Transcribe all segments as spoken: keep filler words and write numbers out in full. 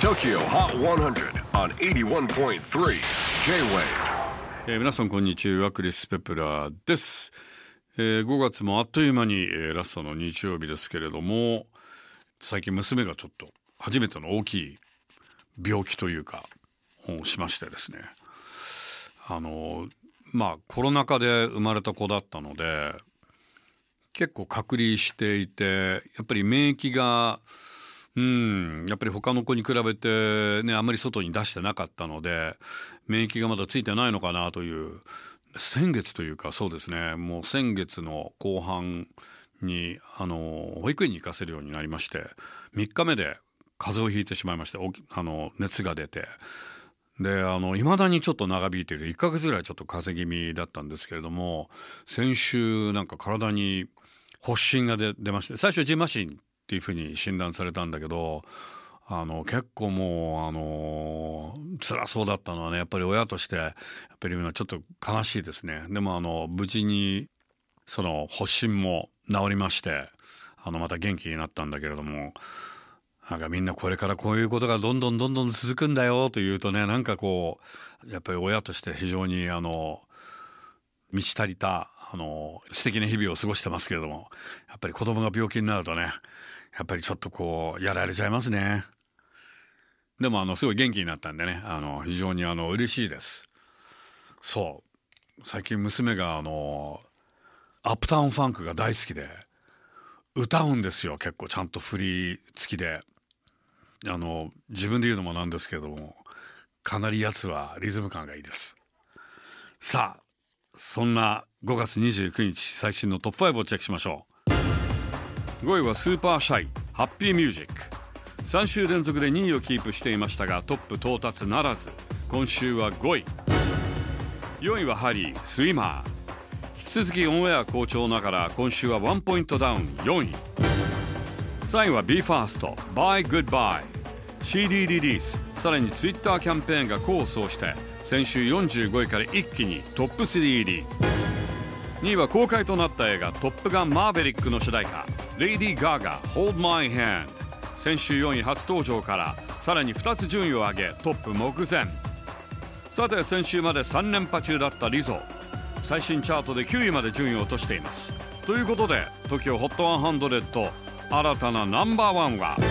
Tokyo Hot ひゃく on はちじゅういってんさん J-Wave、 えー、皆さんこんにちは、クリス・ペプラーです。えー、ごがつもあっという間に、えー、ラストの日曜日ですけれども、最近娘がちょっと初めての大きい病気というかをしましてですね、あのまあコロナ禍で生まれた子だったので結構隔離していて、やっぱり免疫がうんやっぱり他の子に比べてねあまり外に出してなかったので免疫がまだついてないのかなという、先月というかそうですね、もう先月の後半にあの保育園に行かせるようになりまして、みっかめで風邪をひいてしまいまして、あの熱が出て、であの未だにちょっと長引いているいっかげつぐらいちょっと風邪気味だったんですけれども、先週なんか体に発疹が 出, 出まして、最初ジンマシンっていうふうに診断されたんだけど、あの結構もうあの辛そうだったのはね、やっぱり親としてやっぱり今ちょっと悲しいですね。でもあの無事にその発疹も治りまして、あのまた元気になったんだけれども、なんかみんなこれからこういうことがどんどんどんどん続くんだよというとね、なんかこうやっぱり親として非常にあの満ち足りたあの素敵な日々を過ごしてますけれども、やっぱり子供が病気になるとね、やっぱりちょっとこうやられちゃいますね。でもあのすごい元気になったんでね、あの非常にあの嬉しいです。そう最近娘があのアップタウンファンクが大好きで歌うんですよ。結構ちゃんと振り付きで、あの自分で言うのもなんですけども、かなりやつはリズム感がいいです。さあそんなごがつにじゅうくにち最新のトップごをチェックしましょう。ごいはスーパーシャイハッピーミュージック、さんしゅう連続でにいをキープしていましたがトップ到達ならず、今週はごい。よんいはハリースイマー、引き続きオンエア好調ながら今週はワンポイントダウンよんい。さんいは ビーファースト Bye Goodbye、 シーディー リリース、さらにツイッターキャンペーンが功を奏して先週よんじゅうごいから一気にトップスリー入り。にいは公開となった映画トップガンマーヴェリックの主題歌レイディー・ガーガ Hold My Hand、 先週よんい初登場からさらにふたつ順位を上げトップ目前。さて先週までさん連覇中だったリゾ、最新チャートできゅういまで順位を落としています。ということで トキオ ホットひゃく新たなナンバーワンは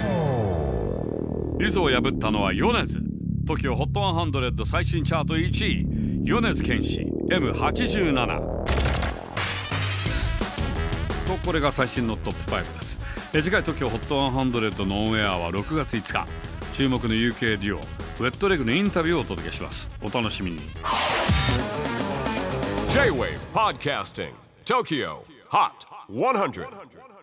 リゾを破ったのは米津。 トキオ ホットひゃく最新チャートいちい、米津玄師 エムはちじゅうなな と、これが最新のトップごです。え次回 トキオ ホットひゃくのオンエアはろくがついつか、注目の ユーケー デュオウェットレグのインタビューをお届けします。お楽しみに。 J-Wave Podcasting Tokyo Hot ひゃく